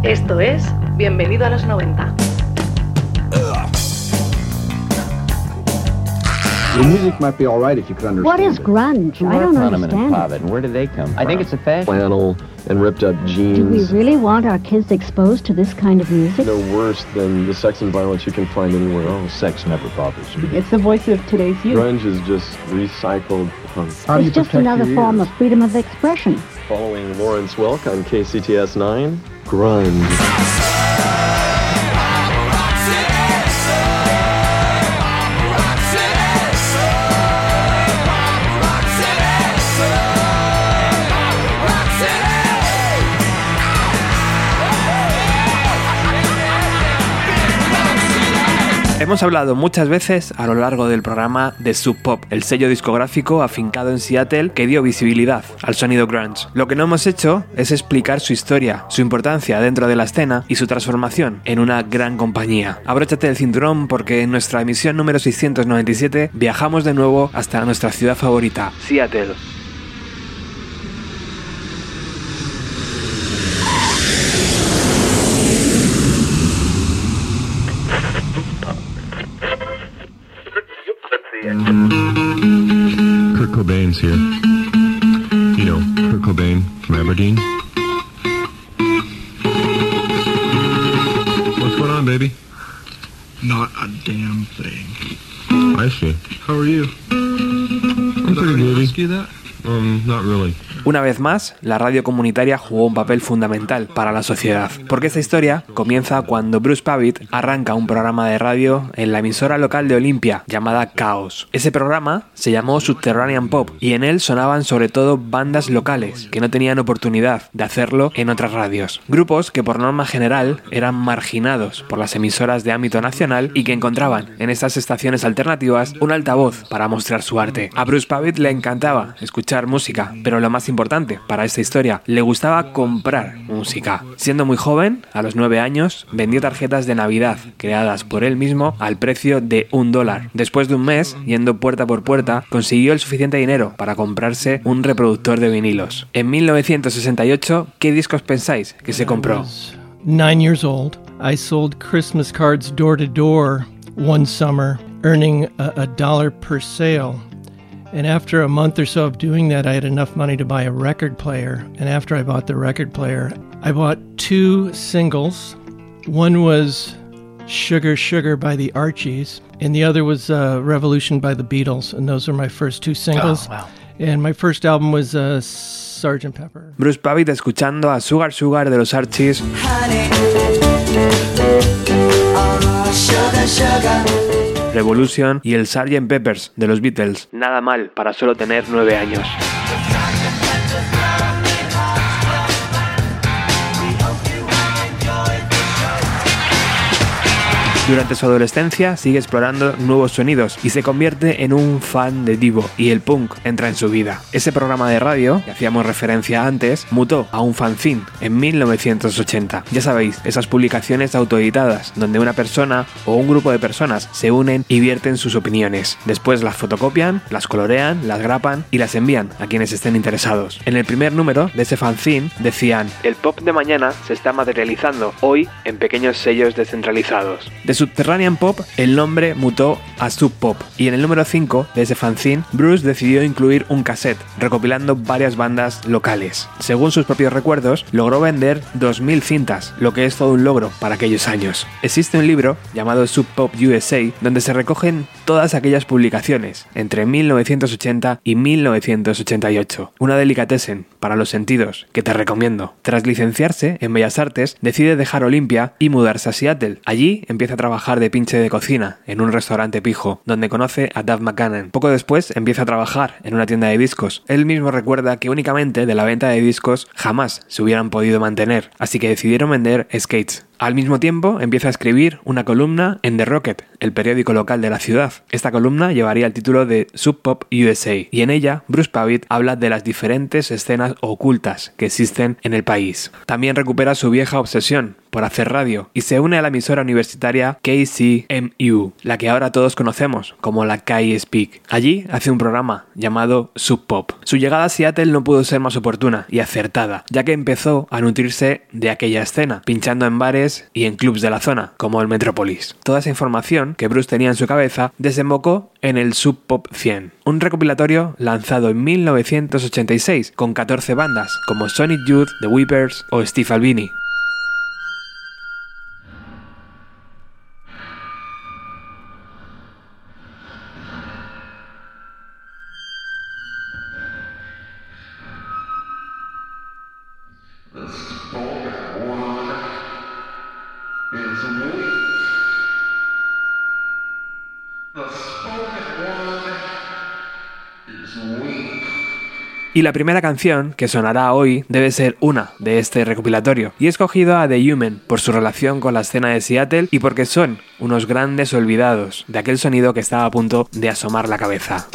Esto es Bienvenido a los 90. Your music might be all right if you could understand What is grunge? I don't understand it. And where do they come from? I think it's a fashion. flannel and ripped up jeans. Do we really want our kids exposed to this kind of music? No worse than the sex and violence you can find anywhere else. Sex never bothers me. It's the voice of today's youth. Grunge is just recycled punk. It's just another form of freedom of expression. Following Lawrence Welk on KCTS 9, Grunge. Hemos hablado muchas veces a lo largo del programa de Sub Pop, el sello discográfico afincado en Seattle que dio visibilidad al sonido grunge. Lo que no hemos hecho es explicar su historia, su importancia dentro de la escena y su transformación en una gran compañía. Abróchate el cinturón porque en nuestra emisión número 697 viajamos de nuevo hasta nuestra ciudad favorita, Seattle. Kurt Cobain's here. You know, Kurt Cobain from Aberdeen. What's going on, baby? Not a damn thing. I see. How are you? I'm pretty good. Ask you that? Not really. Una vez más, la radio comunitaria jugó un papel fundamental para la sociedad, porque esta historia comienza cuando Bruce Pavitt arranca un programa de radio en la emisora local de Olympia llamada Chaos. Ese programa se llamó Subterranean Pop y en él sonaban sobre todo bandas locales que no tenían oportunidad de hacerlo en otras radios. Grupos que por norma general eran marginados por las emisoras de ámbito nacional y que encontraban en estas estaciones alternativas un altavoz para mostrar su arte. A Bruce Pavitt le encantaba escuchar música, pero lo más importante para esta historia, le gustaba comprar música. Siendo muy joven, a los 9 años, vendió tarjetas de Navidad creadas por él mismo al precio de $1. Después de un mes, yendo puerta por puerta, consiguió el suficiente dinero para comprarse un reproductor de vinilos. En 1968, ¿qué discos pensáis que se compró? 9 years old. I sold Christmas cards door to door one summer, earning a dollar per sale. And after a month or so of doing that, I had enough money to buy a record player. And after I bought the record player, I bought 2 singles. One was Sugar Sugar by the Archies, and the other was Revolution by the Beatles. And those were my first 2 singles. Oh, wow. And my first album was Sgt. Pepper. Bruce Pavitt escuchando a Sugar Sugar de los Archies. Honey, oh, sugar, sugar. Revolution y el Sgt. Peppers de los Beatles. Nada mal para solo tener 9 años. Durante su adolescencia sigue explorando nuevos sonidos y se convierte en un fan de Divo y el punk entra en su vida. Ese programa de radio, que hacíamos referencia antes, mutó a un fanzine en 1980. Ya sabéis, esas publicaciones autoeditadas donde una persona o un grupo de personas se unen y vierten sus opiniones. Después las fotocopian, las colorean, las grapan y las envían a quienes estén interesados. En el primer número de ese fanzine decían: el pop de mañana se está materializando hoy en pequeños sellos descentralizados. De Subterranean Pop, el nombre mutó a Sub Pop, y en el número 5 de ese fanzine, Bruce decidió incluir un cassette, recopilando varias bandas locales. Según sus propios recuerdos, logró vender 2.000 cintas, lo que es todo un logro para aquellos años. Existe un libro llamado Sub Pop USA, donde se recogen todas aquellas publicaciones, entre 1980 y 1988. Una delicatessen para los sentidos, que te recomiendo. Tras licenciarse en Bellas Artes, decide dejar Olympia y mudarse a Seattle. Allí empieza a trabajar de pinche de cocina en un restaurante pijo, donde conoce a Duff McKagan. Poco después empieza a trabajar en una tienda de discos. Él mismo recuerda que únicamente de la venta de discos jamás se hubieran podido mantener, así que decidieron vender skates. Al mismo tiempo, empieza a escribir una columna en The Rocket, el periódico local de la ciudad. Esta columna llevaría el título de Sub Pop USA, y en ella Bruce Pavitt habla de las diferentes escenas ocultas que existen en el país. También recupera su vieja obsesión por hacer radio y se une a la emisora universitaria KCMU, la que ahora todos conocemos como la KSpeak. Allí hace un programa llamado Sub Pop. Su llegada a Seattle no pudo ser más oportuna y acertada, ya que empezó a nutrirse de aquella escena, pinchando en bares y en clubs de la zona, como el Metropolis. Toda esa información que Bruce tenía en su cabeza desembocó en el Sub Pop 100, un recopilatorio lanzado en 1986 con 14 bandas como Sonic Youth, The Weepers o Steve Albini. Y la primera canción que sonará hoy debe ser una de este recopilatorio, y he escogido a The Human por su relación con la escena de Seattle y porque son unos grandes olvidados de aquel sonido que estaba a punto de asomar la cabeza.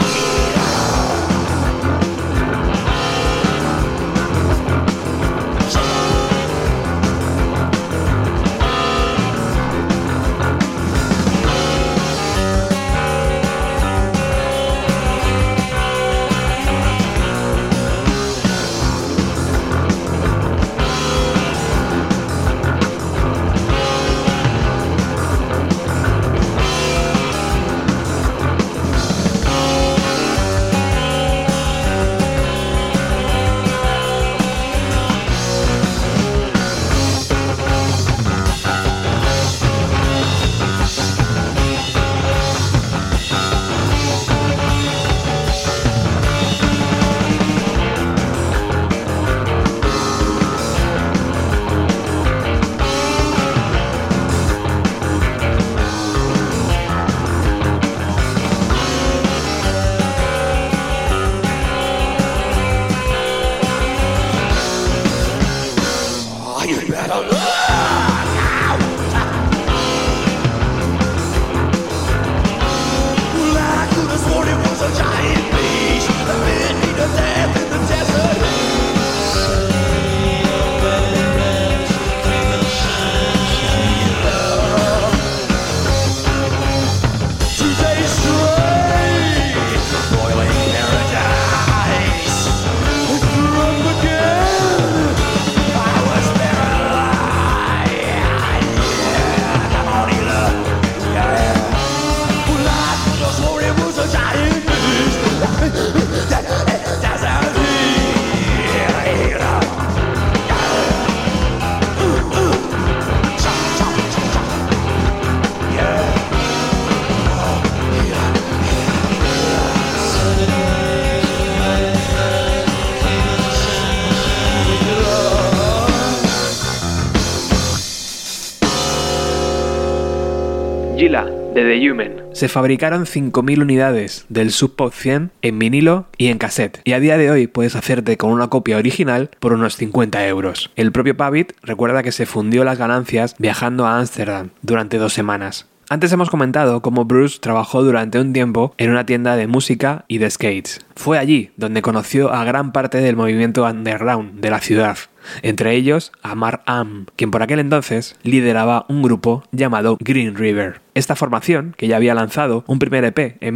Gila, de The Human. Se fabricaron 5.000 unidades del Sub Pop 100 en vinilo y en cassette, y a día de hoy puedes hacerte con una copia original por unos 50 euros. El propio Pavitt recuerda que se fundió las ganancias viajando a Ámsterdam durante 2 semanas. Antes hemos comentado cómo Bruce trabajó durante un tiempo en una tienda de música y de skates. Fue allí donde conoció a gran parte del movimiento underground de la ciudad, entre ellos a Mark Am, quien por aquel entonces lideraba un grupo llamado Green River. Esta formación, que ya había lanzado un primer EP en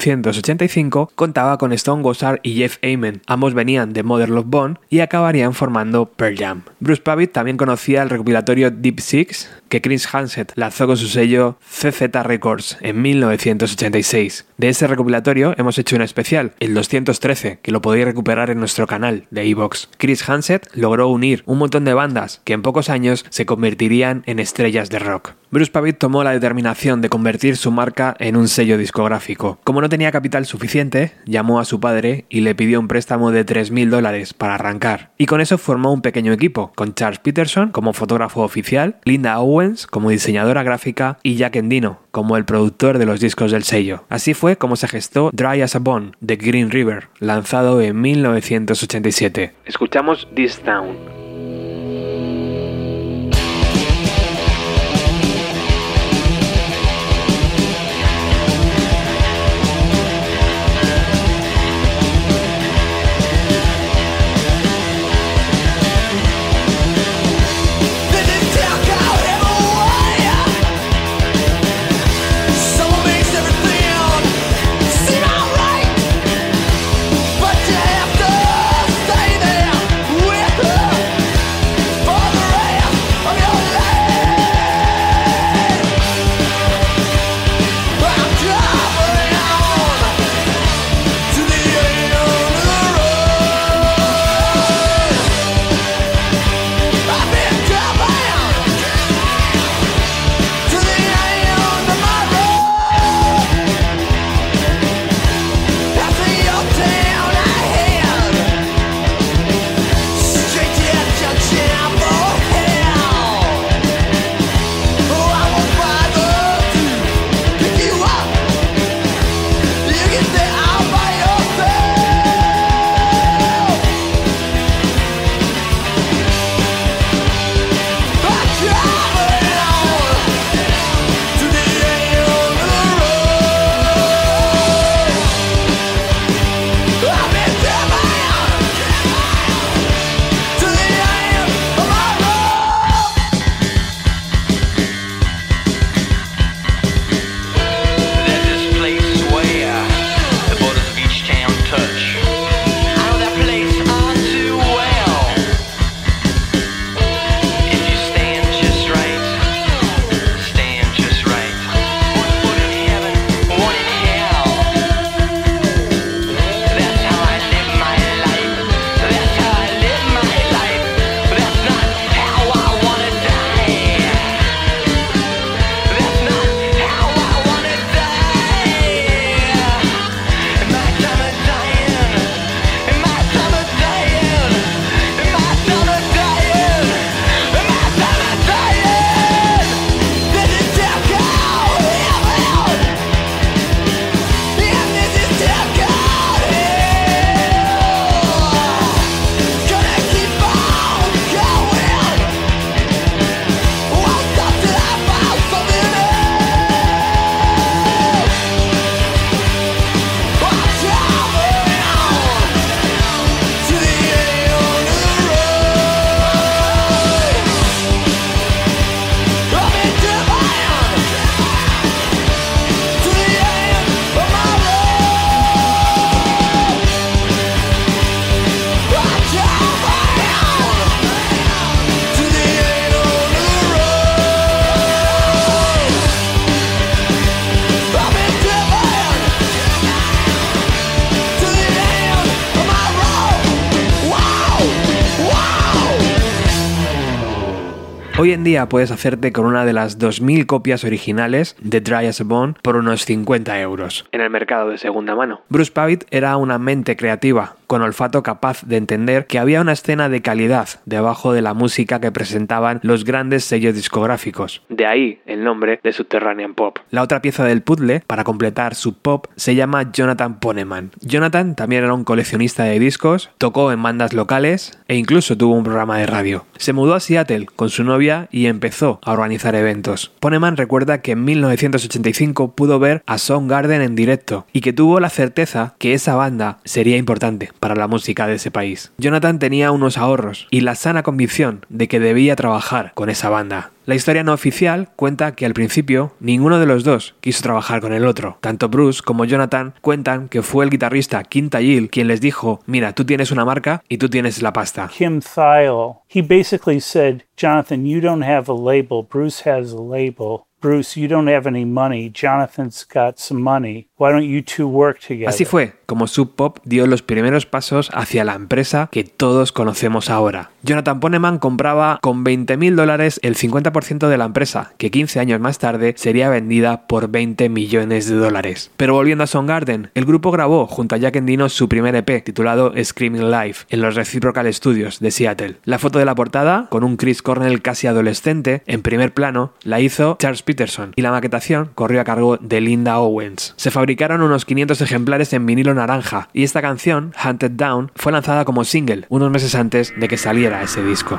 1985, contaba con Stone Gossard y Jeff Ament. Ambos venían de Mother Love Bone y acabarían formando Pearl Jam. Bruce Pavitt también conocía el recopilatorio Deep Six, que Chris Hansen lanzó con su sello CZ Records en 1986. De ese recopilatorio hemos hecho un especial, el 213, que lo podéis recuperar en nuestro canal de iVoox. Chris Hansen logró unir un montón de bandas que en pocos años se convertirían en estrellas de rock. Bruce Pavitt tomó la determinación de convertir su marca en un sello discográfico. Como no tenía capital suficiente, llamó a su padre y le pidió un préstamo de $3.000 para arrancar. Y con eso formó un pequeño equipo, con Charles Peterson como fotógrafo oficial, Linda Owens como diseñadora gráfica y Jack Endino como el productor de los discos del sello. Así fue como se gestó Dry as a Bone de Green River, lanzado en 1987. Escuchamos This Town. Hoy en día puedes hacerte con una de las 2000 copias originales de Dry as a Bone por unos 50 euros en el mercado de segunda mano. Bruce Pavitt era una mente creativa, con olfato capaz de entender que había una escena de calidad debajo de la música que presentaban los grandes sellos discográficos. De ahí el nombre de Subterranean Pop. La otra pieza del puzzle, para completar Sub Pop, se llama Jonathan Poneman. Jonathan también era un coleccionista de discos, tocó en bandas locales e incluso tuvo un programa de radio. Se mudó a Seattle con su novia y empezó a organizar eventos. Poneman recuerda que en 1985 pudo ver a Soundgarden en directo y que tuvo la certeza que esa banda sería importante para la música de ese país. Jonathan tenía unos ahorros y la sana convicción de que debía trabajar con esa banda. La historia no oficial cuenta que al principio ninguno de los dos quiso trabajar con el otro. Tanto Bruce como Jonathan cuentan que fue el guitarrista Kim Thayil quien les dijo: mira, tú tienes una marca y tú tienes la pasta. Kim Thayil, he basically said, Jonathan, you don't have a label, Bruce has a label. Bruce, you don't have any money. Jonathan's got some money. Why don't you two work together? Así fue como Sub Pop dio los primeros pasos hacia la empresa que todos conocemos ahora. Jonathan Poneman compraba con $20,000 el 50% de la empresa, que 15 años más tarde sería vendida por $20 millones. Pero volviendo a Soundgarden, el grupo grabó junto a Jack Endino su primer EP titulado Screaming Live en los Reciprocal Studios de Seattle. La foto de la portada, con un Chris Cornell casi adolescente en primer plano, la hizo Charles Peterson y la maquetación corrió a cargo de Linda Owens. Se fabricaron unos 500 ejemplares en vinilo naranja y esta canción, Hunted Down, fue lanzada como single unos meses antes de que saliera ese disco.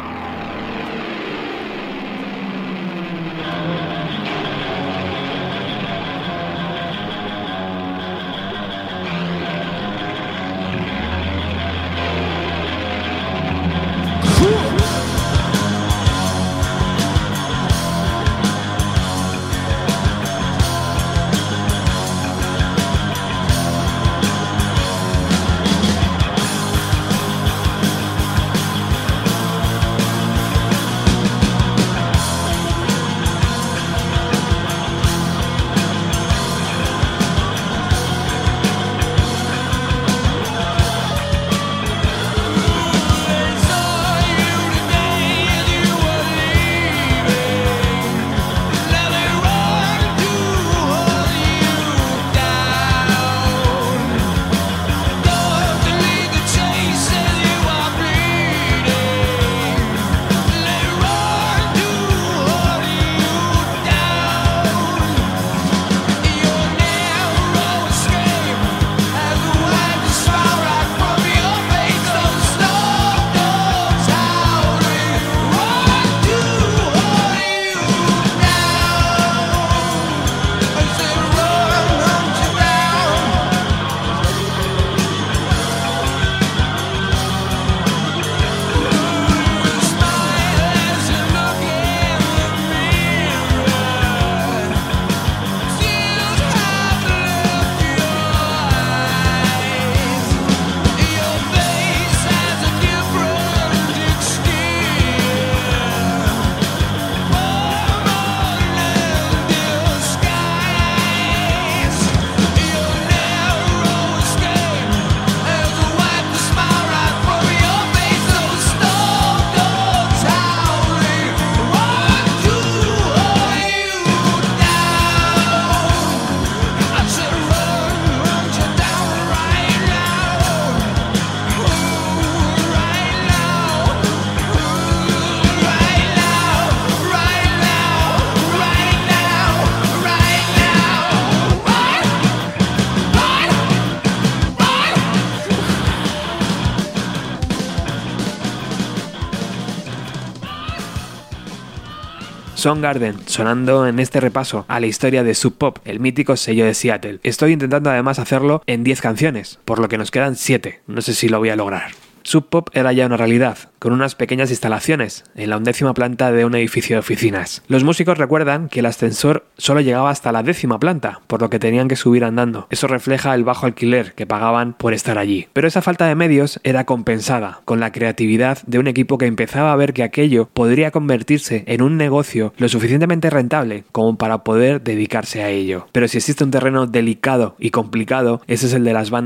Soundgarden, sonando en este repaso a la historia de Sub Pop, el mítico sello de Seattle. Estoy intentando además hacerlo en 10 canciones, por lo que nos quedan 7. No sé si lo voy a lograr. Sub Pop era ya una realidad, con unas pequeñas instalaciones en la 11ª planta de un edificio de oficinas. Los músicos recuerdan que el ascensor solo llegaba hasta la 10ª planta, por lo que tenían que subir andando. Eso refleja el bajo alquiler que pagaban por estar allí. Pero esa falta de medios era compensada con la creatividad de un equipo que empezaba a ver que aquello podría convertirse en un negocio lo suficientemente rentable como para poder dedicarse a ello. Pero si existe un terreno delicado y complicado, ese es el de las bandas.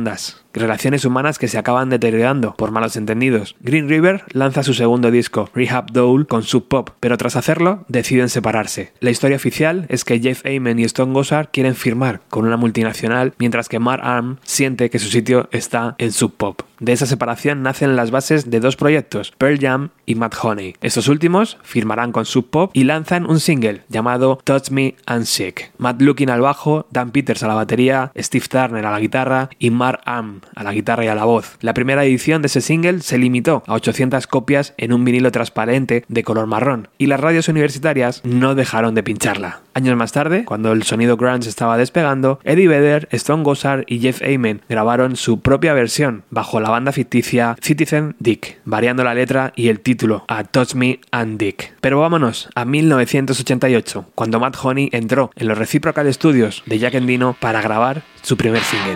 relaciones humanas que se acaban deteriorando por malos entendidos. Green River lanza su segundo disco, Rehab Doll, con Sub Pop, pero tras hacerlo deciden separarse. La historia oficial es que Jeff Ament y Stone Gossard quieren firmar con una multinacional, mientras que Mark Arm siente que su sitio está en Sub Pop. De esa separación nacen las bases de dos proyectos, Pearl Jam y Mad Honey. Estos últimos firmarán con Sub Pop y lanzan un single llamado Touch Me and Shake. Matt Lukin al bajo, Dan Peters a la batería, Steve Turner a la guitarra y Mark Arm a la guitarra y a la voz. La primera edición de ese single se limitó a 800 copias en un vinilo transparente de color marrón y las radios universitarias no dejaron de pincharla. Años más tarde, cuando el sonido grunge estaba despegando, Eddie Vedder, Stone Gossard y Jeff Ament grabaron su propia versión bajo la banda ficticia Citizen Dick, variando la letra y el título a Touch Me and Dick. Pero vámonos a 1988, cuando Mad Honey entró en los Reciprocal Studios de Jack Endino para grabar su primer single.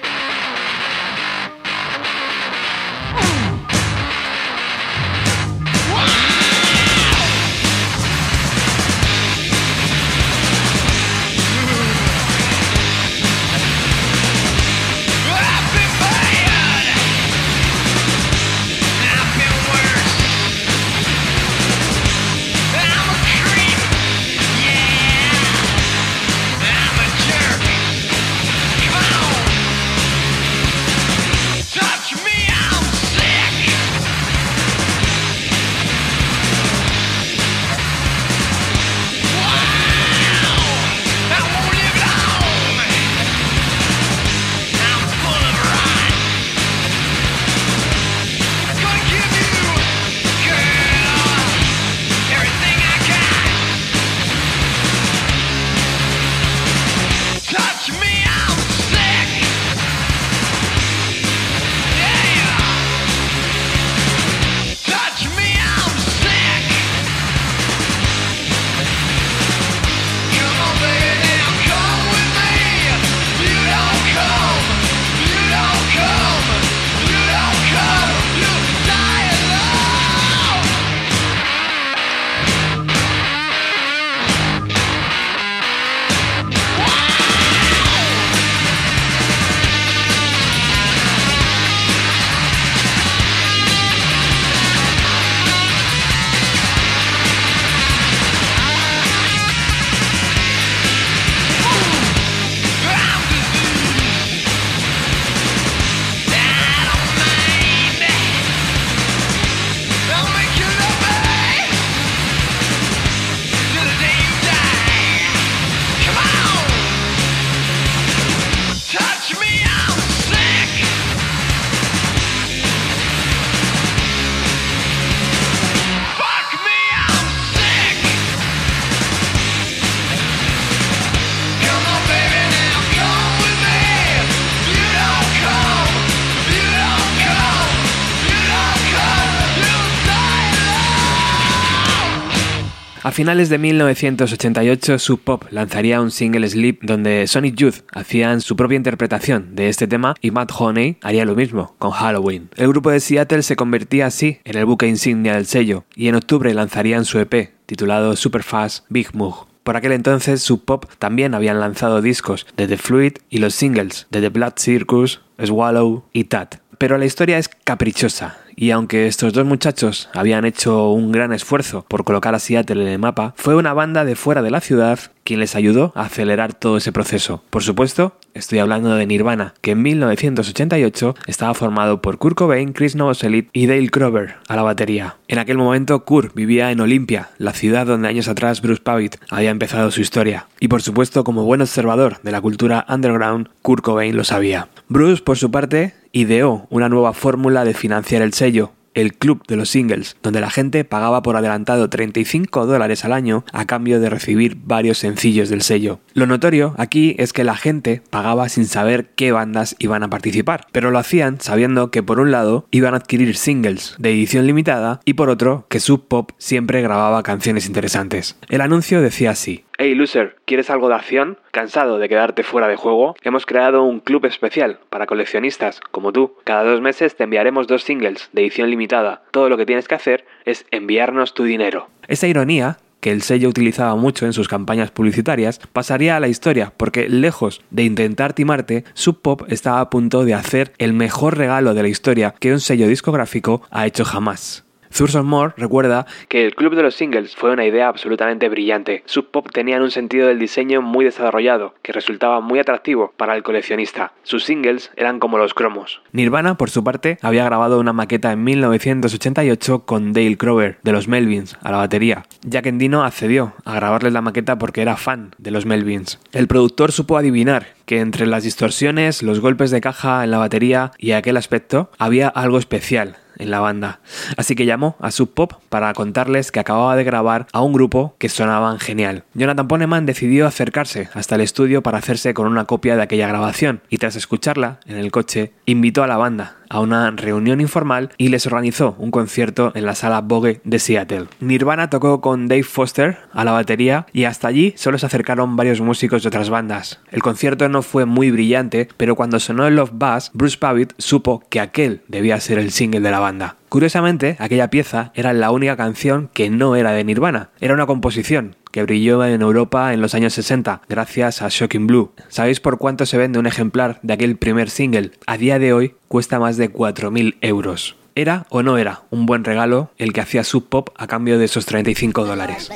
A finales de 1988, Sub Pop lanzaría un single Sleep donde Sonic Youth hacían su propia interpretación de este tema y Mad Honey haría lo mismo con Halloween. El grupo de Seattle se convertía así en el buque insignia del sello y en octubre lanzarían su EP titulado Superfast Big Move. Por aquel entonces, Sub Pop también habían lanzado discos de The Fluid y los singles de The Blood Circus, Swallow y Tat. Pero la historia es caprichosa, y aunque estos dos muchachos habían hecho un gran esfuerzo por colocar a Seattle en el mapa, fue una banda de fuera de la ciudad quien les ayudó a acelerar todo ese proceso. Por supuesto, estoy hablando de Nirvana, que en 1988 estaba formado por Kurt Cobain, Chris Novoselic y Dale Crover a la batería. En aquel momento, Kurt vivía en Olympia, la ciudad donde años atrás Bruce Pavitt había empezado su historia. Y por supuesto, como buen observador de la cultura underground, Kurt Cobain lo sabía. Bruce, por su parte, ideó una nueva fórmula de financiar el sello, el club de los singles, donde la gente pagaba por adelantado $35 al año a cambio de recibir varios sencillos del sello. Lo notorio aquí es que la gente pagaba sin saber qué bandas iban a participar, pero lo hacían sabiendo que por un lado iban a adquirir singles de edición limitada y por otro que Sub Pop siempre grababa canciones interesantes. El anuncio decía así: Hey loser, ¿quieres algo de acción? ¿Cansado de quedarte fuera de juego? Hemos creado un club especial para coleccionistas como tú. Cada 2 meses te enviaremos 2 singles de edición limitada. Todo lo que tienes que hacer es enviarnos tu dinero. Esa ironía que el sello utilizaba mucho en sus campañas publicitarias, pasaría a la historia porque, lejos de intentar timarte, Sub Pop estaba a punto de hacer el mejor regalo de la historia que un sello discográfico ha hecho jamás. Thurston Moore recuerda que el club de los singles fue una idea absolutamente brillante. Sub Pop tenían un sentido del diseño muy desarrollado, que resultaba muy atractivo para el coleccionista. Sus singles eran como los cromos. Nirvana, por su parte, había grabado una maqueta en 1988 con Dale Crover, de los Melvins, a la batería. Jack Endino accedió a grabarles la maqueta porque era fan de los Melvins. El productor supo adivinar que entre las distorsiones, los golpes de caja en la batería y aquel aspecto, había algo especial en la banda. Así que llamó a Sub Pop para contarles que acababa de grabar a un grupo que sonaban genial. Jonathan Poneman decidió acercarse hasta el estudio para hacerse con una copia de aquella grabación y tras escucharla en el coche invitó a la banda a una reunión informal y les organizó un concierto en la sala Vogue de Seattle. Nirvana tocó con Dave Foster a la batería y hasta allí solo se acercaron varios músicos de otras bandas. El concierto no fue muy brillante, pero cuando sonó el Love Buzz, Bruce Pavitt supo que aquel debía ser el single de la banda. Curiosamente, aquella pieza era la única canción que no era de Nirvana. Era una composición que brilló en Europa en los años 60 gracias a Shocking Blue. ¿Sabéis por cuánto se vende un ejemplar de aquel primer single? A día de hoy cuesta más de 4.000 euros. ¿Era o no era un buen regalo el que hacía Sub Pop a cambio de esos $35?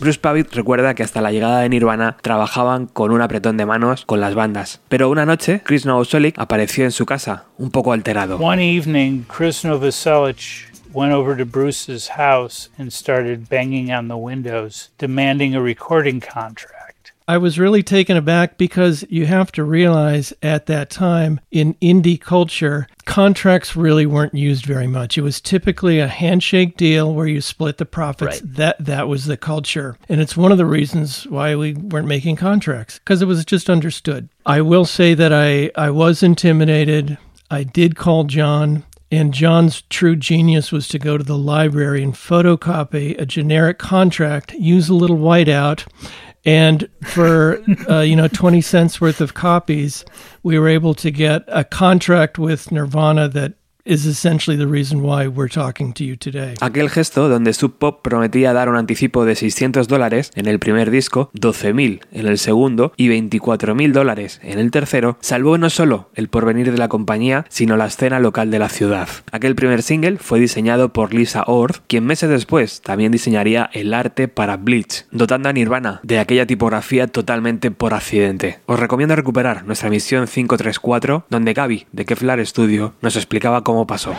Bruce Pavitt recuerda que hasta la llegada de Nirvana trabajaban con un apretón de manos con las bandas. Pero una noche, Chris Novoselic apareció en su casa, un poco alterado. One evening, Chris Novoselic went over to Bruce's house and started banging on the windows, demanding a recording contract. I was really taken aback because you have to realize at that time in indie culture, contracts really weren't used very much. It was typically a handshake deal where you split the profits. Right. That was the culture. And it's one of the reasons why we weren't making contracts, because it was just understood. I will say that I was intimidated. I did call John. And John's true genius was to go to the library and photocopy a generic contract, use a little whiteout, and for 20 cents worth of copies, we were able to get a contract with Nirvana that is essentially the reason why we're talking to you today. Aquel gesto donde Sub Pop prometía dar un anticipo de $600 en el primer disco, $12,000 en el segundo y $24,000 en el tercero, salvó no solo el porvenir de la compañía, sino la escena local de la ciudad. Aquel primer single fue diseñado por Lisa Ord, quien meses después también diseñaría el arte para Bleach, dotando a Nirvana de aquella tipografía totalmente por accidente. Os recomiendo recuperar nuestra emisión 534, donde Gaby de Kevlar Studio nos explicaba cómo pasó.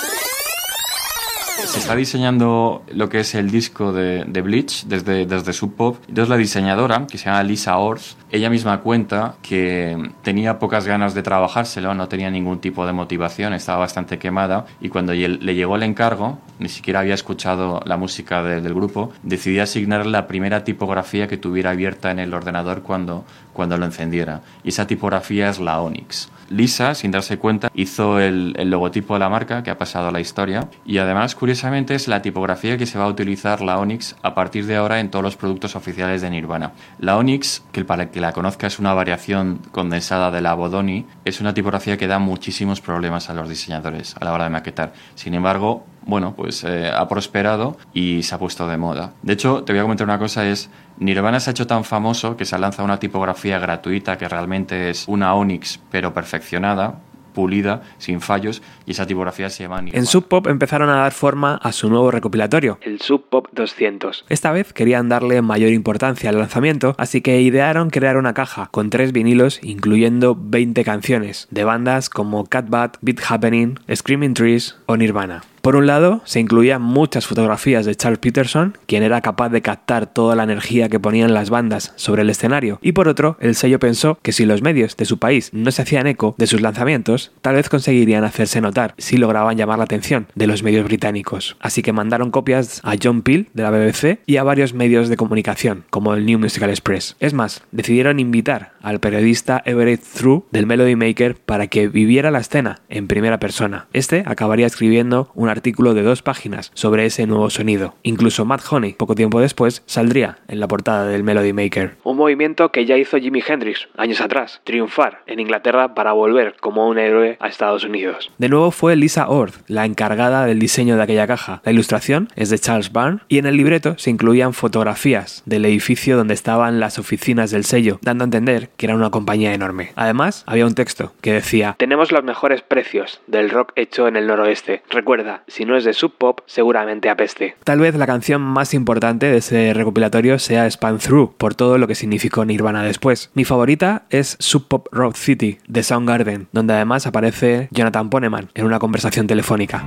Se está diseñando lo que es el disco de Bleach desde Sub Pop. Entonces la diseñadora, que se llama Lisa Ord, ella misma cuenta que tenía pocas ganas de trabajárselo, no tenía ningún tipo de motivación, estaba bastante quemada, y cuando le llegó el encargo, ni siquiera había escuchado la música del grupo, decidió asignarle la primera tipografía que tuviera abierta en el ordenador cuando lo encendiera, y esa tipografía es la Onyx. Lisa, sin darse cuenta, hizo el logotipo de la marca, que ha pasado a la historia, y además, curiosamente, es la tipografía que se va a utilizar la Onyx a partir de ahora en todos los productos oficiales de Nirvana. La Onyx, que para el que la conozca es una variación condensada de la Bodoni, es una tipografía que da muchísimos problemas a los diseñadores a la hora de maquetar. Sin embargo, bueno, pues ha prosperado y se ha puesto de moda. De hecho, te voy a comentar una cosa, Nirvana se ha hecho tan famoso que se ha lanzado una tipografía gratuita que realmente es una Onyx, pero perfeccionada, pulida, sin fallos, y esa tipografía se llama Nirvana. En Sub Pop empezaron a dar forma a su nuevo recopilatorio, el Sub Pop 200. Esta vez querían darle mayor importancia al lanzamiento, así que idearon crear una caja con 3 vinilos, incluyendo 20 canciones, de bandas como Cat Bad, Beat Happening, Screaming Trees o Nirvana. Por un lado, se incluían muchas fotografías de Charles Peterson, quien era capaz de captar toda la energía que ponían las bandas sobre el escenario, y por otro, el sello pensó que si los medios de su país no se hacían eco de sus lanzamientos, tal vez conseguirían hacerse notar si lograban llamar la atención de los medios británicos. Así que mandaron copias a John Peel de la BBC y a varios medios de comunicación, como el New Musical Express. Es más, decidieron invitar al periodista Everett True del Melody Maker para que viviera la escena en primera persona. Este acabaría escribiendo un artículo de 2 páginas sobre ese nuevo sonido. Incluso Matt Honey, poco tiempo después, saldría en la portada del Melody Maker. Un movimiento que ya hizo Jimi Hendrix años atrás, triunfar en Inglaterra para volver como un héroe a Estados Unidos. De nuevo fue Lisa Ord la encargada del diseño de aquella caja. La ilustración es de Charles Byrne y en el libreto se incluían fotografías del edificio donde estaban las oficinas del sello, dando a entender que era una compañía enorme. Además, había un texto que decía: "Tenemos los mejores precios del rock hecho en el noroeste. Recuerda, si no es de Sub Pop, seguramente apeste". Tal vez la canción más importante de ese recopilatorio sea Spun Through, por todo lo que significó Nirvana después. Mi favorita es Sub Pop Road City, de Soundgarden, donde además aparece Jonathan Poneman en una conversación telefónica.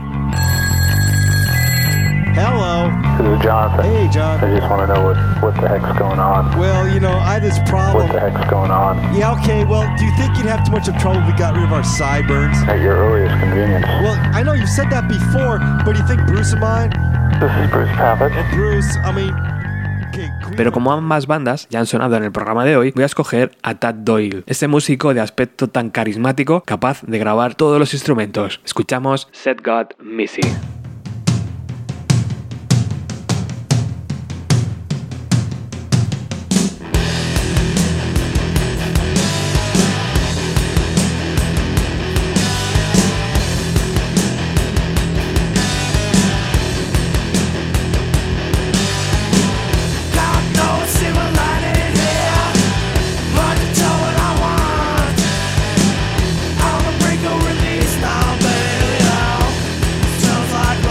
Hello. This is Jonathan. Hey, Jonathan. I just want to know what the heck's going on. Well, I had this problem. What the heck's going on? Yeah, okay, well, do you think you'd have too much of trouble if we got rid of our sideburns? At your earliest convenience. Well, I know you've said that before, but do you think Bruce and mine? This is Bruce Pavitt. Oh, Bruce, I mean... Pero como ambas bandas ya han sonado en el programa de hoy, voy a escoger a Tad Doyle, ese músico de aspecto tan carismático, capaz de grabar todos los instrumentos. Escuchamos Set God Missy. Like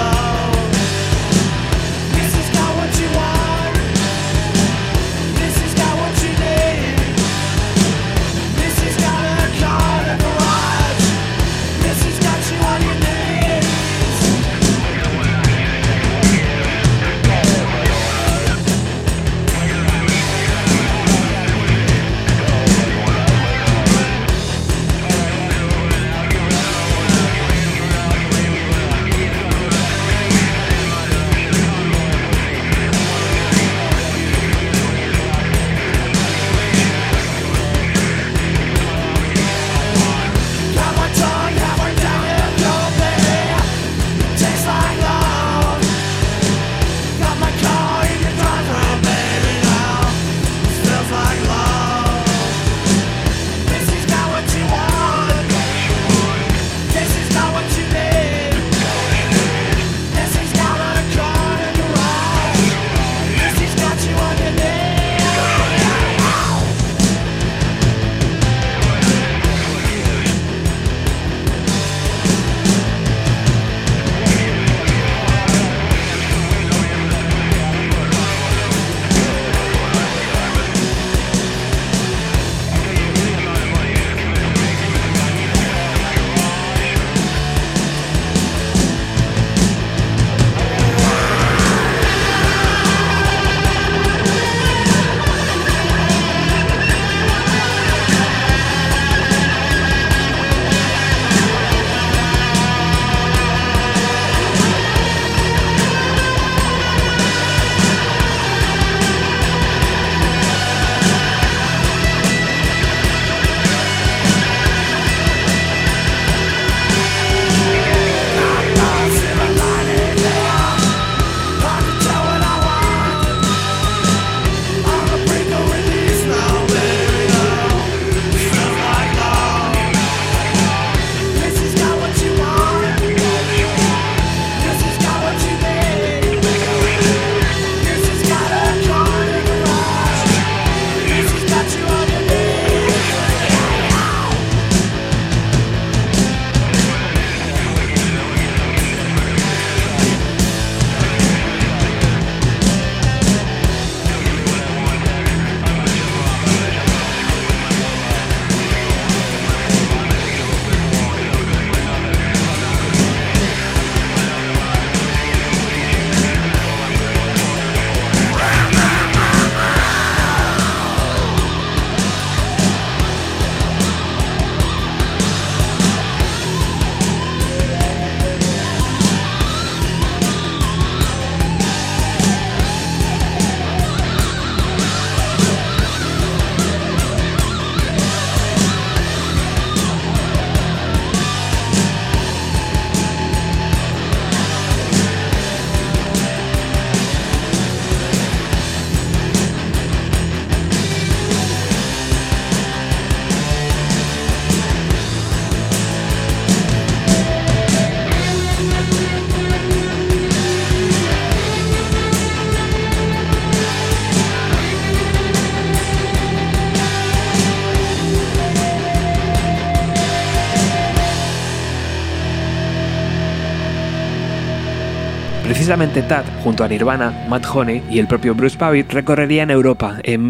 Precisamente Tad, junto a Nirvana, Matt Honey y el propio Bruce Pavitt, recorrerían Europa en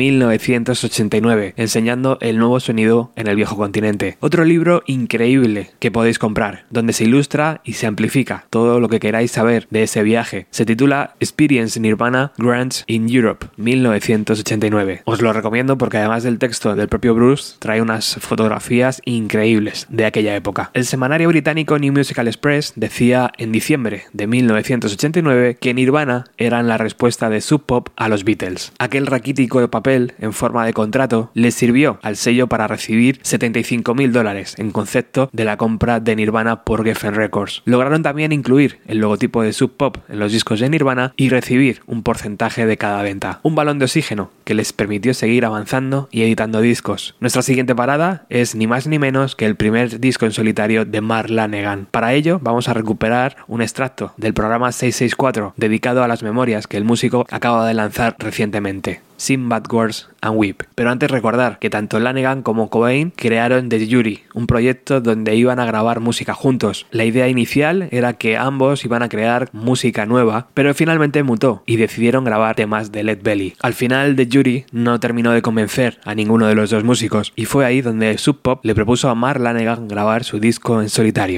1989, enseñando el nuevo sonido en el viejo continente. Otro libro increíble que podéis comprar, donde se ilustra y se amplifica todo lo que queráis saber de ese viaje. Se titula Experience Nirvana Grunge in Europe, 1989. Os lo recomiendo porque además del texto del propio Bruce, trae unas fotografías increíbles de aquella época. El semanario británico New Musical Express decía en diciembre de 1989 que Nirvana eran la respuesta de Sub Pop a los Beatles. Aquel raquítico papel en forma de contrato les sirvió al sello para recibir $75,000 en concepto de la compra de Nirvana por Geffen Records. Lograron también incluir el logotipo de Sub Pop en los discos de Nirvana y recibir un porcentaje de cada venta. Un balón de oxígeno que les permitió seguir avanzando y editando discos. Nuestra siguiente parada es ni más ni menos que el primer disco en solitario de Mark Lanegan. Para ello vamos a recuperar un extracto del programa 664 dedicado a las memorias que el músico acaba de lanzar recientemente, Sing Bad Words and Weep. Pero antes recordar que tanto Lanegan como Cobain crearon The Jury, un proyecto donde iban a grabar música juntos. La idea inicial era que ambos iban a crear música nueva, pero finalmente mutó y decidieron grabar temas de Lead Belly. Al final The Jury no terminó de convencer a ninguno de los dos músicos y fue ahí donde Sub Pop le propuso a Mark Lanegan grabar su disco en solitario.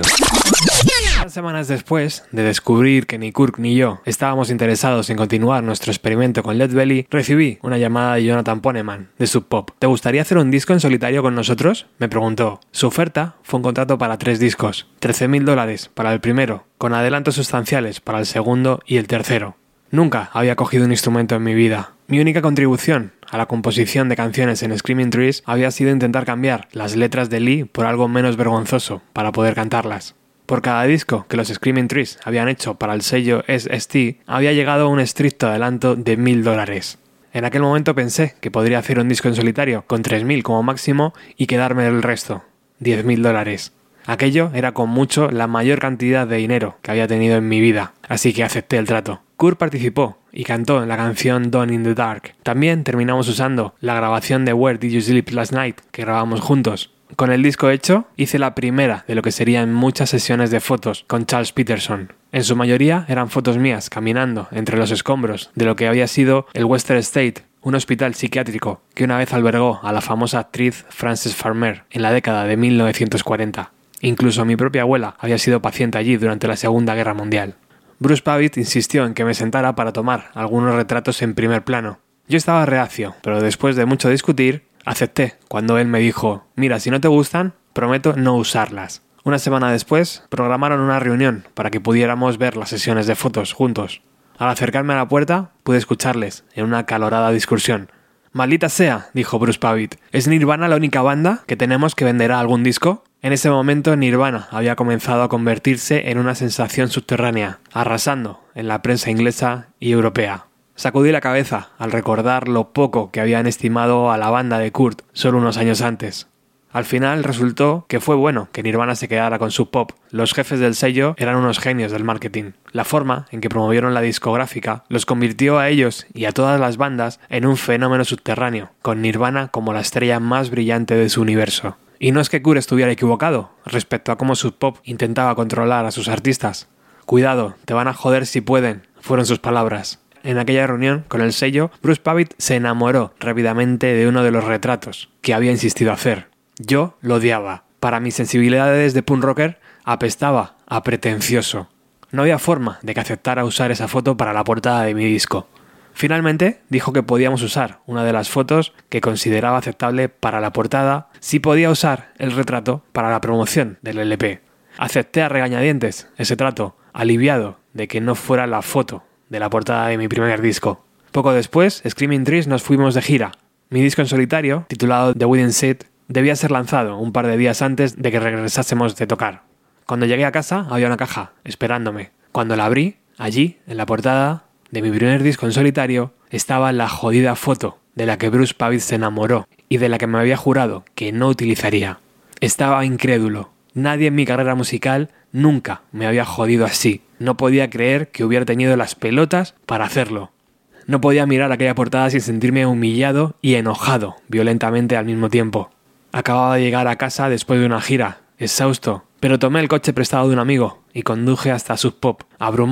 Semanas después de descubrir que ni Kirk ni yo estábamos interesados en continuar nuestro experimento con Lead Belly, recibí una llamada de Jonathan Poneman, de Sub Pop. ¿Te gustaría hacer un disco en solitario con nosotros?, me preguntó. Su oferta fue un contrato para 3 discos, $13,000 para el primero, con adelantos sustanciales para el segundo y el tercero. Nunca había cogido un instrumento en mi vida. Mi única contribución a la composición de canciones en Screaming Trees había sido intentar cambiar las letras de Lee por algo menos vergonzoso para poder cantarlas. Por cada disco que los Screaming Trees habían hecho para el sello SST, había llegado un estricto adelanto de $1,000. En aquel momento pensé que podría hacer un disco en solitario con $3,000 como máximo y quedarme el resto, $10,000. Aquello era con mucho la mayor cantidad de dinero que había tenido en mi vida, así que acepté el trato. Kurt participó y cantó en la canción Dawn in the Dark. También terminamos usando la grabación de Where Did You Sleep Last Night que grabamos juntos. Con el disco hecho, hice la primera de lo que serían muchas sesiones de fotos con Charles Peterson. En su mayoría eran fotos mías caminando entre los escombros de lo que había sido el Western State, un hospital psiquiátrico que una vez albergó a la famosa actriz Frances Farmer en la década de 1940. Incluso mi propia abuela había sido paciente allí durante la Segunda Guerra Mundial. Bruce Pavitt insistió en que me sentara para tomar algunos retratos en primer plano. Yo estaba reacio, pero después de mucho discutir, acepté cuando él me dijo: mira, si no te gustan, prometo no usarlas. Una semana después, programaron una reunión para que pudiéramos ver las sesiones de fotos juntos. Al acercarme a la puerta, pude escucharles en una acalorada discusión. «Maldita sea», dijo Bruce Pavitt, ¿es Nirvana la única banda que tenemos que venderá algún disco? En ese momento Nirvana había comenzado a convertirse en una sensación subterránea, arrasando en la prensa inglesa y europea. Sacudí la cabeza al recordar lo poco que habían estimado a la banda de Kurt solo unos años antes. Al final resultó que fue bueno que Nirvana se quedara con Sub Pop. Los jefes del sello eran unos genios del marketing. La forma en que promovieron la discográfica los convirtió a ellos y a todas las bandas en un fenómeno subterráneo, con Nirvana como la estrella más brillante de su universo. Y no es que Kurt estuviera equivocado respecto a cómo Sub Pop intentaba controlar a sus artistas. «Cuidado, te van a joder si pueden», fueron sus palabras. En aquella reunión con el sello, Bruce Pavitt se enamoró rápidamente de uno de los retratos que había insistido hacer. Yo lo odiaba. Para mis sensibilidades de punk rocker, apestaba a pretencioso. No había forma de que aceptara usar esa foto para la portada de mi disco. Finalmente, dijo que podíamos usar una de las fotos que consideraba aceptable para la portada si podía usar el retrato para la promoción del LP. Acepté a regañadientes ese trato, aliviado de que no fuera la foto de la portada de mi primer disco. Poco después, Screaming Trees nos fuimos de gira. Mi disco en solitario, titulado The Within Seat, debía ser lanzado un par de días antes de que regresásemos de tocar. Cuando llegué a casa había una caja esperándome. Cuando la abrí, allí, en la portada de mi primer disco en solitario, estaba la jodida foto de la que Bruce Pavitt se enamoró y de la que me había jurado que no utilizaría. Estaba incrédulo. Nadie en mi carrera musical nunca me había jodido así. No podía creer que hubiera tenido las pelotas para hacerlo. No podía mirar aquella portada sin sentirme humillado y enojado violentamente al mismo tiempo. Acababa de llegar a casa después de una gira, exhausto, pero tomé el coche prestado de un amigo y conduje hasta Sub Pop, abrumado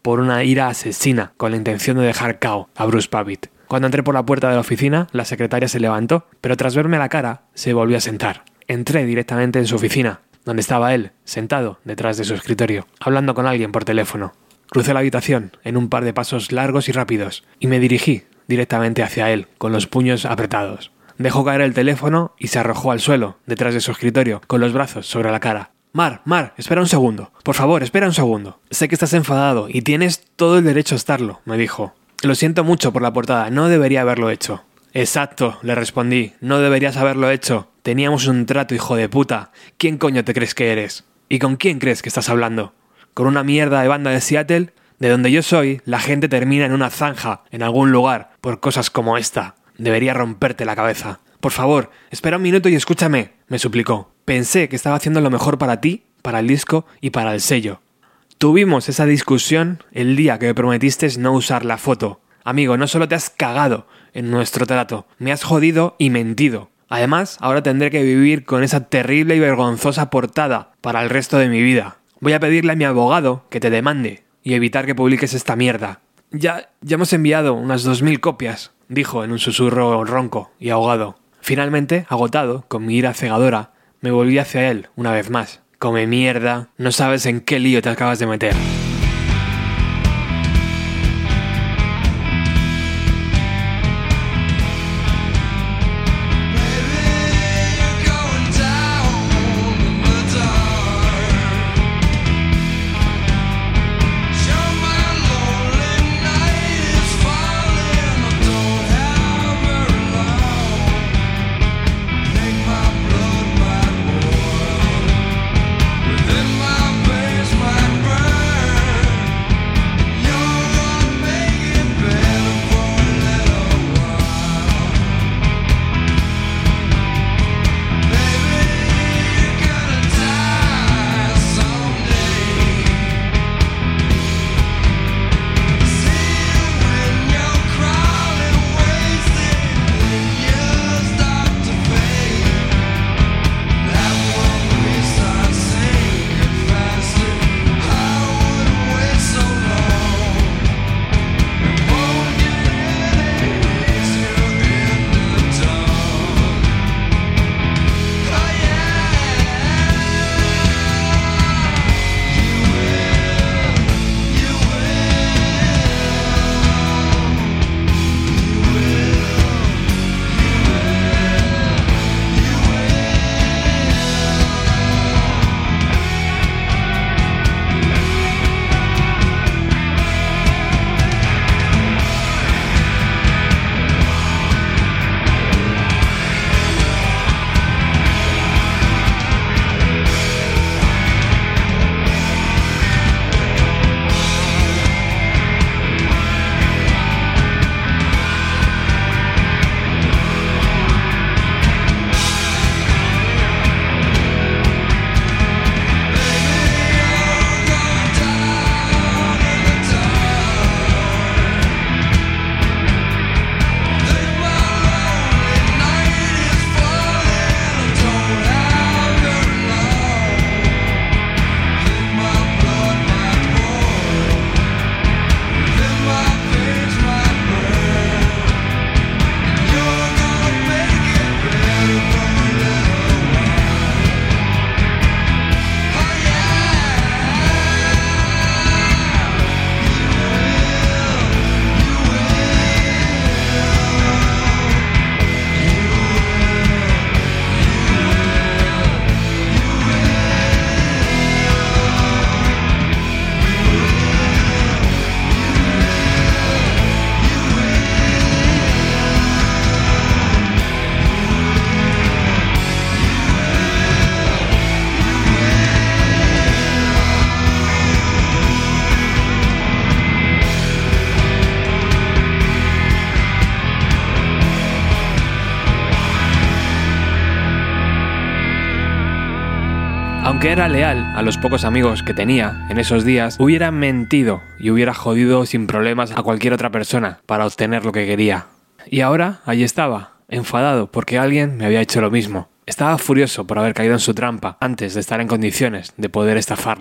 por una ira asesina con la intención de dejar cao a Bruce Pavitt. Cuando entré por la puerta de la oficina, la secretaria se levantó, pero tras verme la cara, se volvió a sentar. Entré directamente en su oficina, donde estaba él, sentado detrás de su escritorio, hablando con alguien por teléfono. Crucé la habitación en un par de pasos largos y rápidos, y me dirigí directamente hacia él, con los puños apretados. Dejó caer el teléfono y se arrojó al suelo, detrás de su escritorio, con los brazos sobre la cara. Mar, espera un segundo. Por favor, espera un segundo. Sé que estás enfadado y tienes todo el derecho a estarlo, me dijo. Lo siento mucho por la portada, no debería haberlo hecho. Exacto, le respondí, no deberías haberlo hecho. Teníamos un trato, hijo de puta. ¿Quién coño te crees que eres? ¿Y con quién crees que estás hablando? ¿Con una mierda de banda de Seattle? De donde yo soy, la gente termina en una zanja, en algún lugar, por cosas como esta. Debería romperte la cabeza. Por favor, espera un minuto y escúchame, me suplicó. Pensé que estaba haciendo lo mejor para ti, para el disco y para el sello. Tuvimos esa discusión el día que me prometiste no usar la foto. Amigo, no solo te has cagado en nuestro trato, me has jodido y mentido. Además, ahora tendré que vivir con esa terrible y vergonzosa portada para el resto de mi vida. Voy a pedirle a mi abogado que te demande y evitar que publiques esta mierda. Ya hemos enviado unas 2000 copias, dijo en un susurro ronco y ahogado. Finalmente, agotado, con mi ira cegadora, me volví hacia él una vez más. Come mierda, no sabes en qué lío te acabas de meter. Aunque era leal a los pocos amigos que tenía en esos días, hubiera mentido y hubiera jodido sin problemas a cualquier otra persona para obtener lo que quería. Y ahora allí estaba, enfadado porque alguien me había hecho lo mismo. Estaba furioso por haber caído en su trampa antes de estar en condiciones de poder estafarle.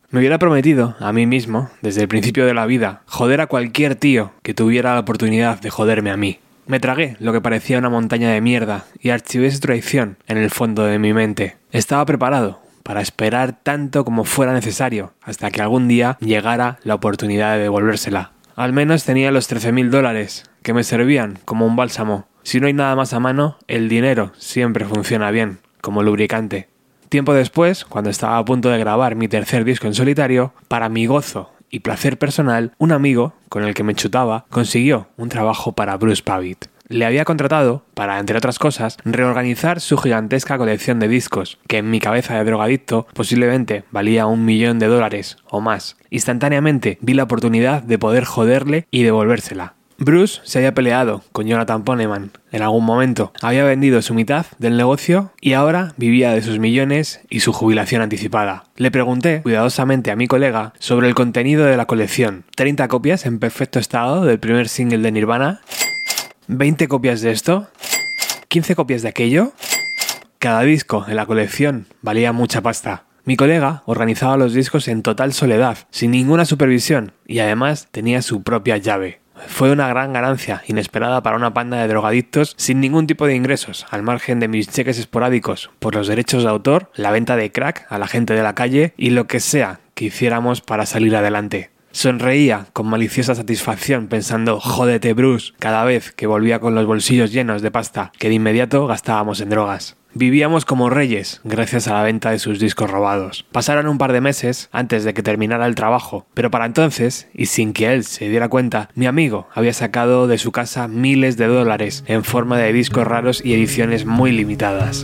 Me hubiera prometido a mí mismo, desde el principio de la vida, joder a cualquier tío que tuviera la oportunidad de joderme a mí. Me tragué lo que parecía una montaña de mierda y archivé su traición en el fondo de mi mente. Estaba preparado para esperar tanto como fuera necesario hasta que algún día llegara la oportunidad de devolvérsela. Al menos tenía los $13.000 que me servían como un bálsamo. Si no hay nada más a mano, el dinero siempre funciona bien, como lubricante. Tiempo después, cuando estaba a punto de grabar mi tercer disco en solitario, para mi gozo y placer personal, un amigo, con el que me chutaba, consiguió un trabajo para Bruce Pavitt. Le había contratado para, entre otras cosas, reorganizar su gigantesca colección de discos, que en mi cabeza de drogadicto posiblemente valía $1 millón o más. Instantáneamente vi la oportunidad de poder joderle y devolvérsela. Bruce se había peleado con Jonathan Poneman en algún momento, había vendido su mitad del negocio y ahora vivía de sus millones y su jubilación anticipada. Le pregunté cuidadosamente a mi colega sobre el contenido de la colección. 30 copias en perfecto estado del primer single de Nirvana, 20 copias de esto, 15 copias de aquello. Cada disco en la colección valía mucha pasta. Mi colega organizaba los discos en total soledad, sin ninguna supervisión, y además tenía su propia llave. Fue una gran ganancia inesperada para una panda de drogadictos sin ningún tipo de ingresos, al margen de mis cheques esporádicos por los derechos de autor, la venta de crack a la gente de la calle y lo que sea que hiciéramos para salir adelante. Sonreía con maliciosa satisfacción pensando «Jódete, Bruce», cada vez que volvía con los bolsillos llenos de pasta que de inmediato gastábamos en drogas. Vivíamos como reyes gracias a la venta de sus discos robados. Pasaron un par de meses antes de que terminara el trabajo, pero para entonces, y sin que él se diera cuenta, mi amigo había sacado de su casa miles de dólares en forma de discos raros y ediciones muy limitadas.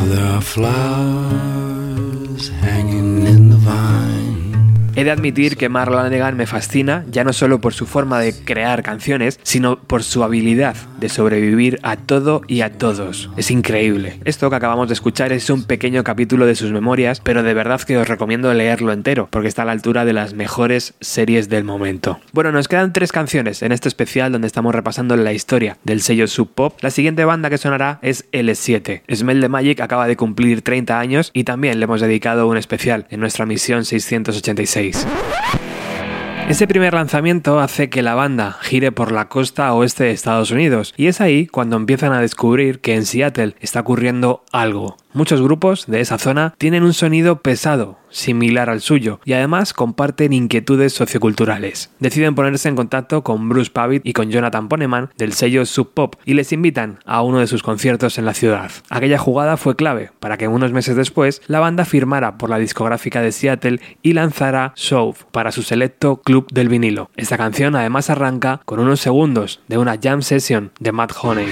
He de admitir que Mark Lanegan me fascina, ya no solo por su forma de crear canciones, sino por su habilidad de sobrevivir a todo y a todos. Es increíble. Esto que acabamos de escuchar es un pequeño capítulo de sus memorias, pero de verdad que os recomiendo leerlo entero, porque está a la altura de las mejores series del momento. Bueno, nos quedan 3 canciones en este especial donde estamos repasando la historia del sello Sub Pop. La siguiente banda que sonará es L7. Smell the Magic acaba de cumplir 30 años y también le hemos dedicado un especial en nuestra misión 686. Ese primer lanzamiento hace que la banda gire por la costa oeste de Estados Unidos y es ahí cuando empiezan a descubrir que en Seattle está ocurriendo algo. Muchos grupos de esa zona tienen un sonido pesado, similar al suyo, y además comparten inquietudes socioculturales. Deciden ponerse en contacto con Bruce Pavitt y con Jonathan Poneman del sello Sub Pop y les invitan a uno de sus conciertos en la ciudad. Aquella jugada fue clave para que unos meses después la banda firmara por la discográfica de Seattle y lanzara Shove para su selecto club del vinilo. Esta canción además arranca con unos segundos de una jam session de Matt Honey.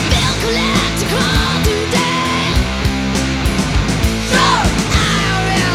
Bill collect a call today. So I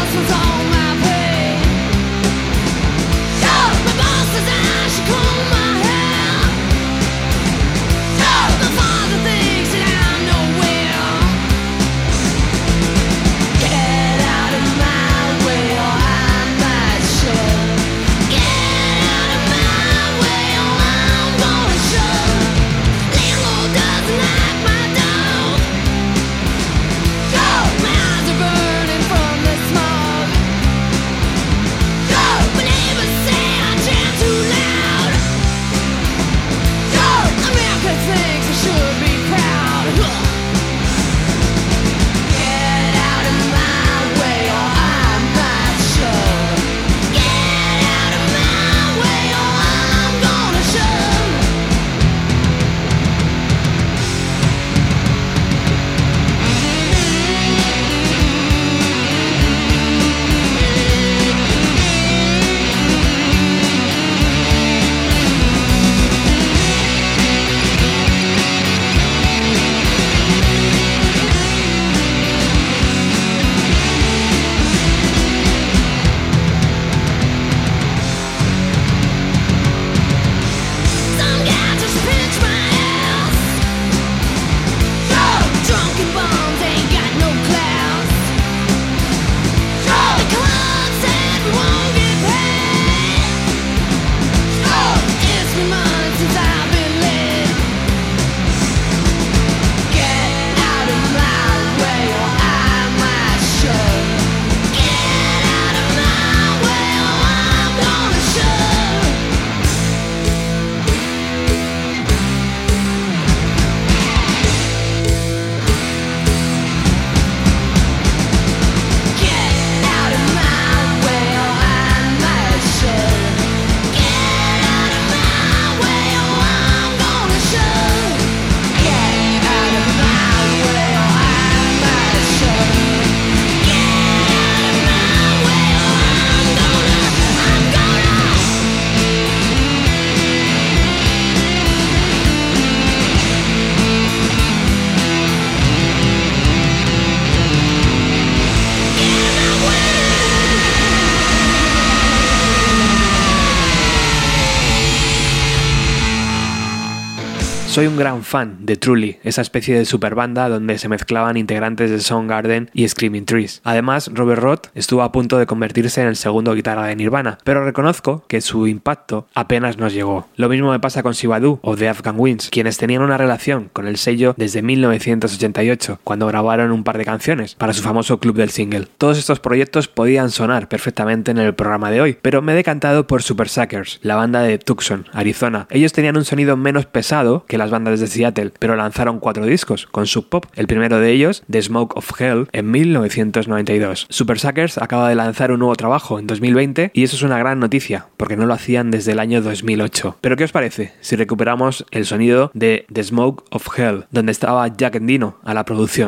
Soy un gran fan de Truly, esa especie de superbanda donde se mezclaban integrantes de Soundgarden y Screaming Trees. Además, Robert Roth estuvo a punto de convertirse en el segundo guitarra de Nirvana, pero reconozco que su impacto apenas nos llegó. Lo mismo me pasa con Sivadu o The Afghan Winds, quienes tenían una relación con el sello desde 1988, cuando grabaron un par de canciones para su famoso Club del Single. Todos estos proyectos podían sonar perfectamente en el programa de hoy, pero me he decantado por Super Suckers, la banda de Tucson, Arizona. Ellos tenían un sonido menos pesado que las bandas de Seattle, pero lanzaron 4 discos con Sub Pop, el primero de ellos, The Smoke of Hell, en 1992. Super Suckers acaba de lanzar un nuevo trabajo en 2020 y eso es una gran noticia, porque no lo hacían desde el año 2008. Pero ¿qué os parece si recuperamos el sonido de The Smoke of Hell, donde estaba Jack Endino a la producción?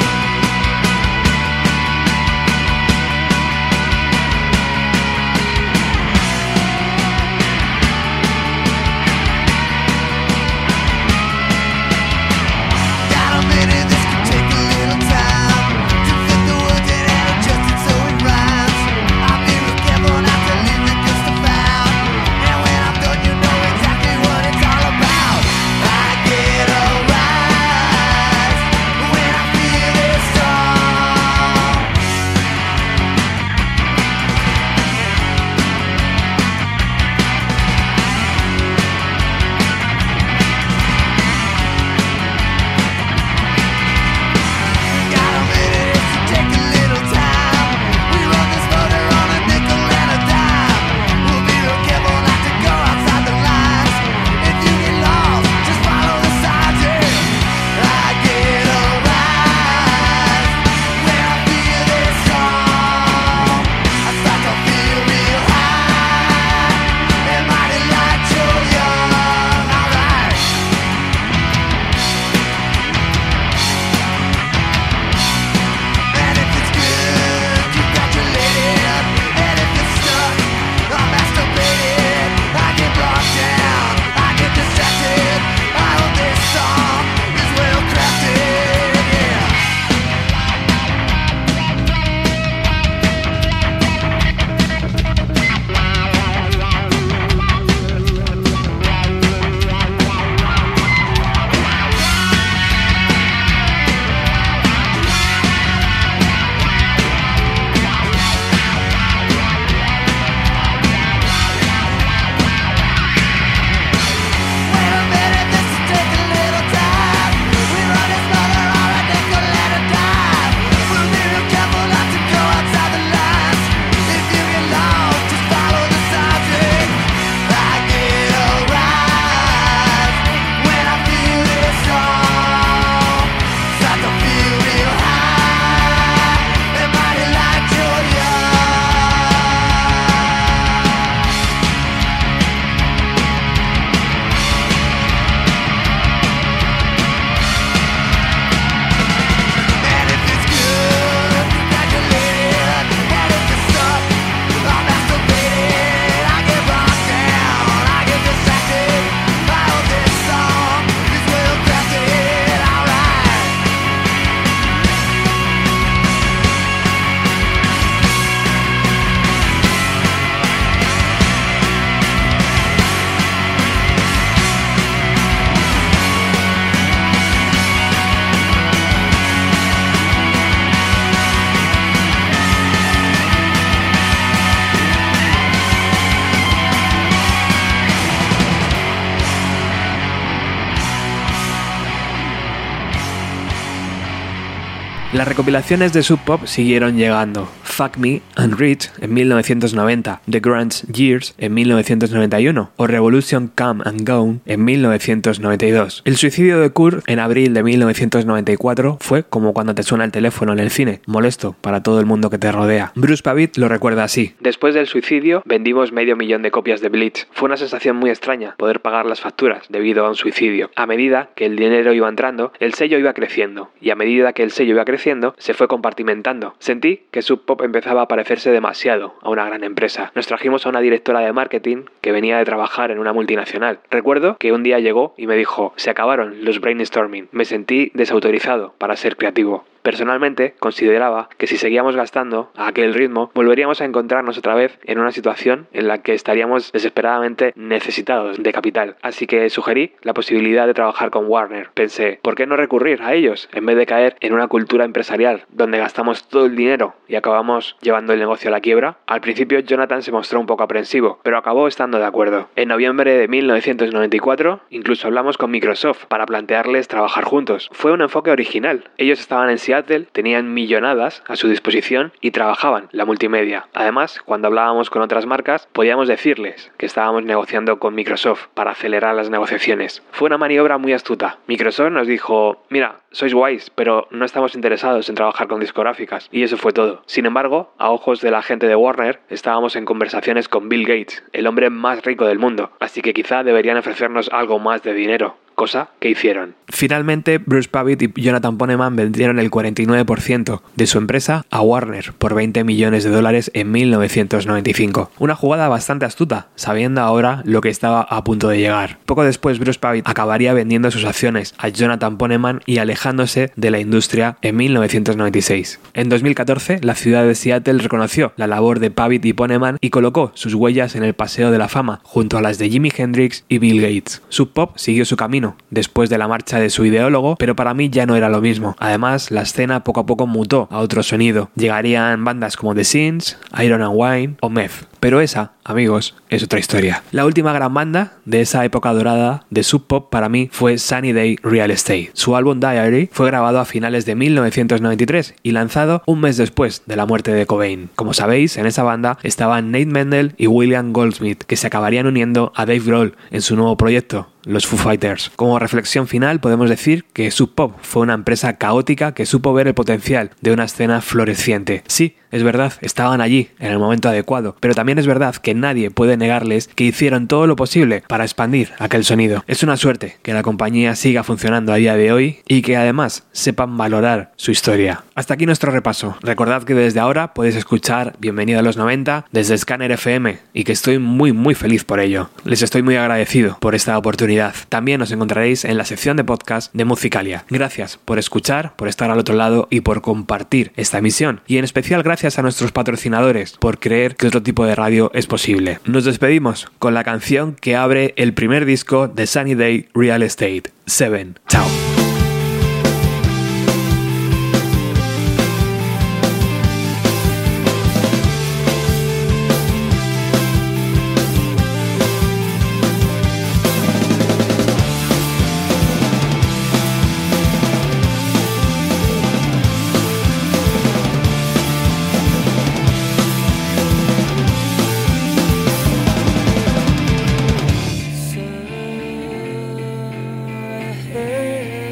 Las recopilaciones de Sub Pop siguieron llegando. Fuck Me and Rich en 1990, The Grunge Years en 1991 o Revolution Come and Go en 1992. El suicidio de Kurt en abril de 1994 fue como cuando te suena el teléfono en el cine, molesto para todo el mundo que te rodea. Bruce Pavitt lo recuerda así: después del suicidio vendimos 500.000 de copias de Bleach. Fue una sensación muy extraña poder pagar las facturas debido a un suicidio. A medida que el dinero iba entrando, el sello iba creciendo, y a medida que el sello iba creciendo, se fue compartimentando. Sentí que Sub Pop empezaba a parecerse demasiado a una gran empresa. Nos trajimos a una directora de marketing que venía de trabajar en una multinacional. Recuerdo que un día llegó y me dijo: se acabaron los brainstorming. Me sentí desautorizado para ser creativo. Personalmente, consideraba que si seguíamos gastando a aquel ritmo, volveríamos a encontrarnos otra vez en una situación en la que estaríamos desesperadamente necesitados de capital. Así que sugerí la posibilidad de trabajar con Warner. Pensé, ¿por qué no recurrir a ellos en vez de caer en una cultura empresarial donde gastamos todo el dinero y acabamos llevando el negocio a la quiebra? Al principio Jonathan se mostró un poco aprensivo, pero acabó estando de acuerdo. En noviembre de 1994 incluso hablamos con Microsoft para plantearles trabajar juntos. Fue un enfoque original. Ellos estaban en Seattle, tenían millonadas a su disposición y trabajaban la multimedia. Además, cuando hablábamos con otras marcas, podíamos decirles que estábamos negociando con Microsoft para acelerar las negociaciones. Fue una maniobra muy astuta. Microsoft nos dijo, mira, sois guays, pero no estamos interesados en trabajar con discográficas. Y eso fue todo. Sin embargo, a ojos de la gente de Warner, estábamos en conversaciones con Bill Gates, el hombre más rico del mundo. Así que quizá deberían ofrecernos algo más de dinero. Cosa que hicieron. Finalmente, Bruce Pavitt y Jonathan Poneman vendieron el 49% de su empresa a Warner por $20 millones en 1995. Una jugada bastante astuta, sabiendo ahora lo que estaba a punto de llegar. Poco después, Bruce Pavitt acabaría vendiendo sus acciones a Jonathan Poneman y alejándose de la industria en 1996. En 2014, la ciudad de Seattle reconoció la labor de Pavitt y Poneman y colocó sus huellas en el Paseo de la Fama, junto a las de Jimi Hendrix y Bill Gates. Sub Pop siguió su camino después de la marcha de su ideólogo, pero para mí ya no era lo mismo. Además, la escena poco a poco mutó a otro sonido. Llegarían bandas como The Sins, Iron and Wine o Meth. Pero esa, amigos, es otra historia. La última gran banda de esa época dorada de Sub Pop para mí fue Sunny Day Real Estate. Su álbum Diary fue grabado a finales de 1993 y lanzado un mes después de la muerte de Cobain. Como sabéis, en esa banda estaban Nate Mendel y William Goldsmith, que se acabarían uniendo a Dave Grohl en su nuevo proyecto, los Foo Fighters. Como reflexión final podemos decir que Sub Pop fue una empresa caótica que supo ver el potencial de una escena floreciente. Sí, es verdad, estaban allí en el momento adecuado, pero también es verdad que nadie puede negarles que hicieron todo lo posible para expandir aquel sonido. Es una suerte que la compañía siga funcionando a día de hoy y que además sepan valorar su historia. Hasta aquí nuestro repaso. Recordad que desde ahora podéis escuchar Bienvenido a los 90 desde Scanner FM y que estoy muy feliz por ello. Les estoy muy agradecido por esta oportunidad. También nos encontraréis en la sección de podcast de Musicalia. Gracias por escuchar, por estar al otro lado y por compartir esta emisión. Y en especial gracias a nuestros patrocinadores por creer que otro tipo de radio es posible. Nos despedimos con la canción que abre el primer disco de Sunny Day Real Estate, Seven. Chao. Hey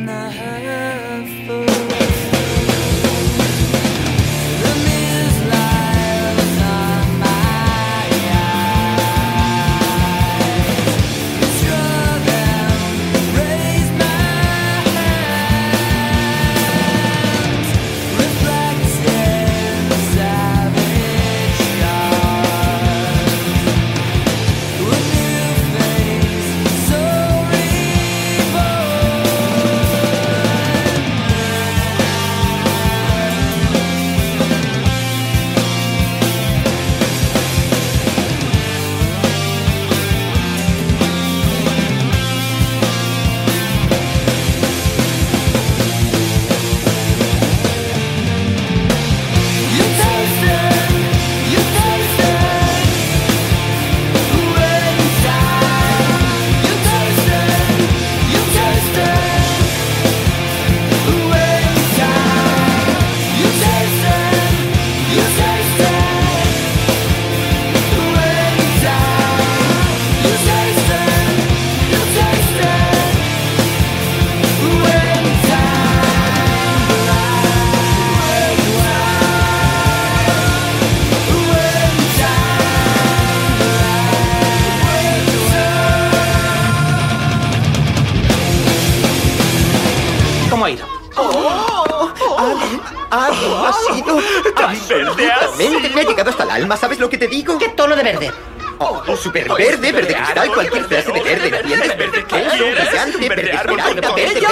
Ha sido absolutamente... Me ha llegado hasta el alma, ¿sabes lo que te digo? ¿Qué tono de verde? Oh, súper verde, verde cristal, cualquier clase de verde, ¿entiendes? Verde queso, brillante, verde esmeralda,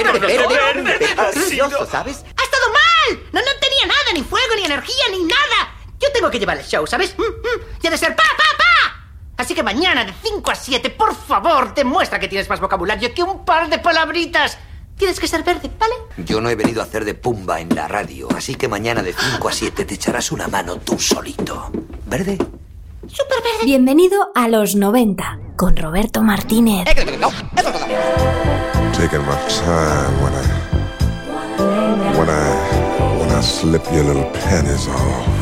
verde, precioso, ¿sabes? ¡Ha estado mal! No tenía nada, ni fuego, ni energía, ni nada. Yo tengo que llevar el show, ¿sabes? Y ha de ser pa. Así que mañana de 5 a 7, por favor, demuestra que tienes más vocabulario que un par de palabritas. Tienes que ser verde, ¿vale? Yo no he venido a hacer de pumba en la radio, así que mañana de 5 a 7 te echarás una mano tú solito. ¿Verde? ¡Súper verde! Bienvenido a los 90, con Roberto Martínez. Taking my time when I slip your little panties off.